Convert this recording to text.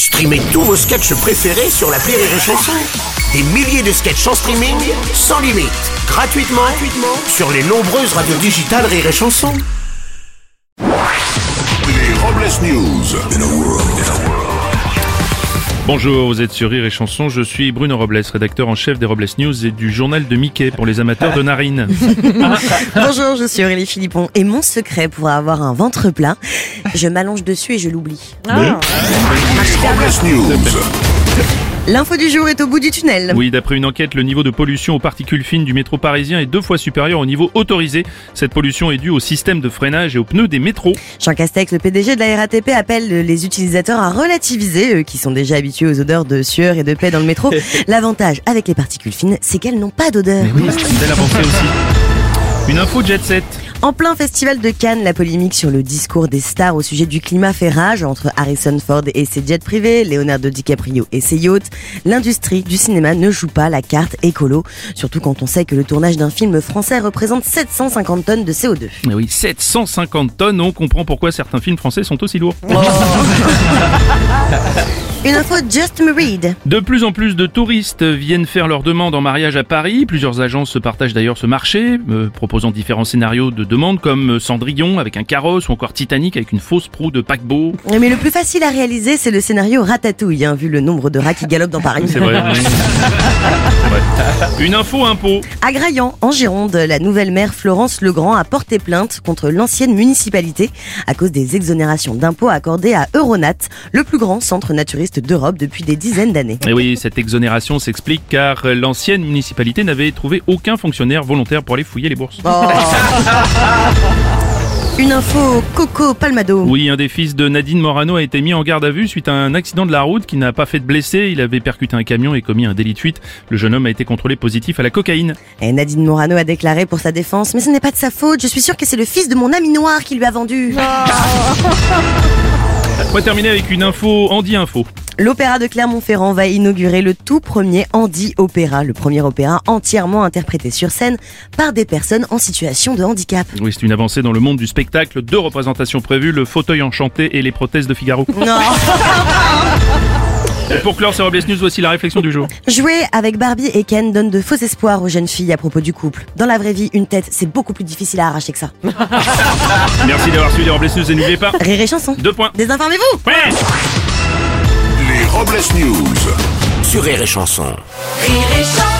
Streamez tous vos sketchs préférés sur l'appli Rire et Chanson. Des milliers de sketchs en streaming, sans limite, gratuitement sur les nombreuses radios digitales Rire et Chanson. Les Robles News. Bonjour, vous êtes sur Rire et Chanson, je suis Bruno Robles, rédacteur en chef des Robles News et du journal de Mickey pour les amateurs de narines. Bonjour, je suis Aurélie Philippon et mon secret pour avoir un ventre plein, je m'allonge dessus et je l'oublie. Les Robles News. L'info du jour est au bout du tunnel. Oui, d'après une enquête, le niveau de pollution aux particules fines du métro parisien est 2 fois supérieur au niveau autorisé. Cette pollution est due au système de freinage et aux pneus des métros. Jean Castex, le PDG de la RATP, appelle les utilisateurs à relativiser, eux qui sont déjà habitués aux odeurs de sueur et de paix dans le métro. L'avantage avec les particules fines, c'est qu'elles n'ont pas d'odeur. Oui, c'est une belle avancée aussi. Une info jet set. En plein festival de Cannes, la polémique sur le discours des stars au sujet du climat fait rage entre Harrison Ford et ses jets privés, Leonardo DiCaprio et ses yachts. L'industrie du cinéma ne joue pas la carte écolo, surtout quand on sait que le tournage d'un film français représente 750 tonnes de CO2. Mais oui, 750 tonnes, on comprend pourquoi certains films français sont aussi lourds. Une info Just Me Read. De plus en plus de touristes viennent faire leur demande en mariage à Paris. Plusieurs agences se partagent d'ailleurs ce marché, proposant différents scénarios de demande comme Cendrillon avec un carrosse ou encore Titanic avec une fausse proue de paquebot. Mais le plus facile à réaliser, c'est le scénario Ratatouille, vu le nombre de rats qui galopent dans Paris. C'est vrai. Oui. C'est vrai. Une info impôt. À Graillan, en Gironde, la nouvelle maire Florence Legrand a porté plainte contre l'ancienne municipalité à cause des exonérations d'impôts accordées à Euronat, le plus grand centre naturiste d'Europe depuis des dizaines d'années. Et oui, cette exonération s'explique car l'ancienne municipalité n'avait trouvé aucun fonctionnaire volontaire pour aller fouiller les bourses. Une info Coco Palmado. Oui, un des fils de Nadine Morano a été mis en garde à vue suite à un accident de la route qui n'a pas fait de blessés. Il avait percuté un camion et commis un délit de fuite. Le jeune homme a été contrôlé positif à la cocaïne. Et Nadine Morano a déclaré pour sa défense: mais ce n'est pas de sa faute, je suis sûre que c'est le fils de mon ami noir qui lui a vendu. On va terminer avec une info Andy Info. L'Opéra de Clermont-Ferrand va inaugurer le tout premier Andy Opéra, le premier opéra entièrement interprété sur scène par des personnes en situation de handicap. Oui, c'est une avancée dans le monde du spectacle. 2 représentations prévues, le fauteuil enchanté et les prothèses de Figaro. Non. Et pour clore ces Robles News, voici la réflexion du jour. Jouer avec Barbie et Ken donne de faux espoirs aux jeunes filles à propos du couple. Dans la vraie vie, une tête, c'est beaucoup plus difficile à arracher que ça. Merci d'avoir suivi les Robles News et n'oubliez pas... Rire et Chanson. 2 points. Désinformez-vous. Ouais. Les Robles News. Sur Rire et Chanson. Rire et Chanson.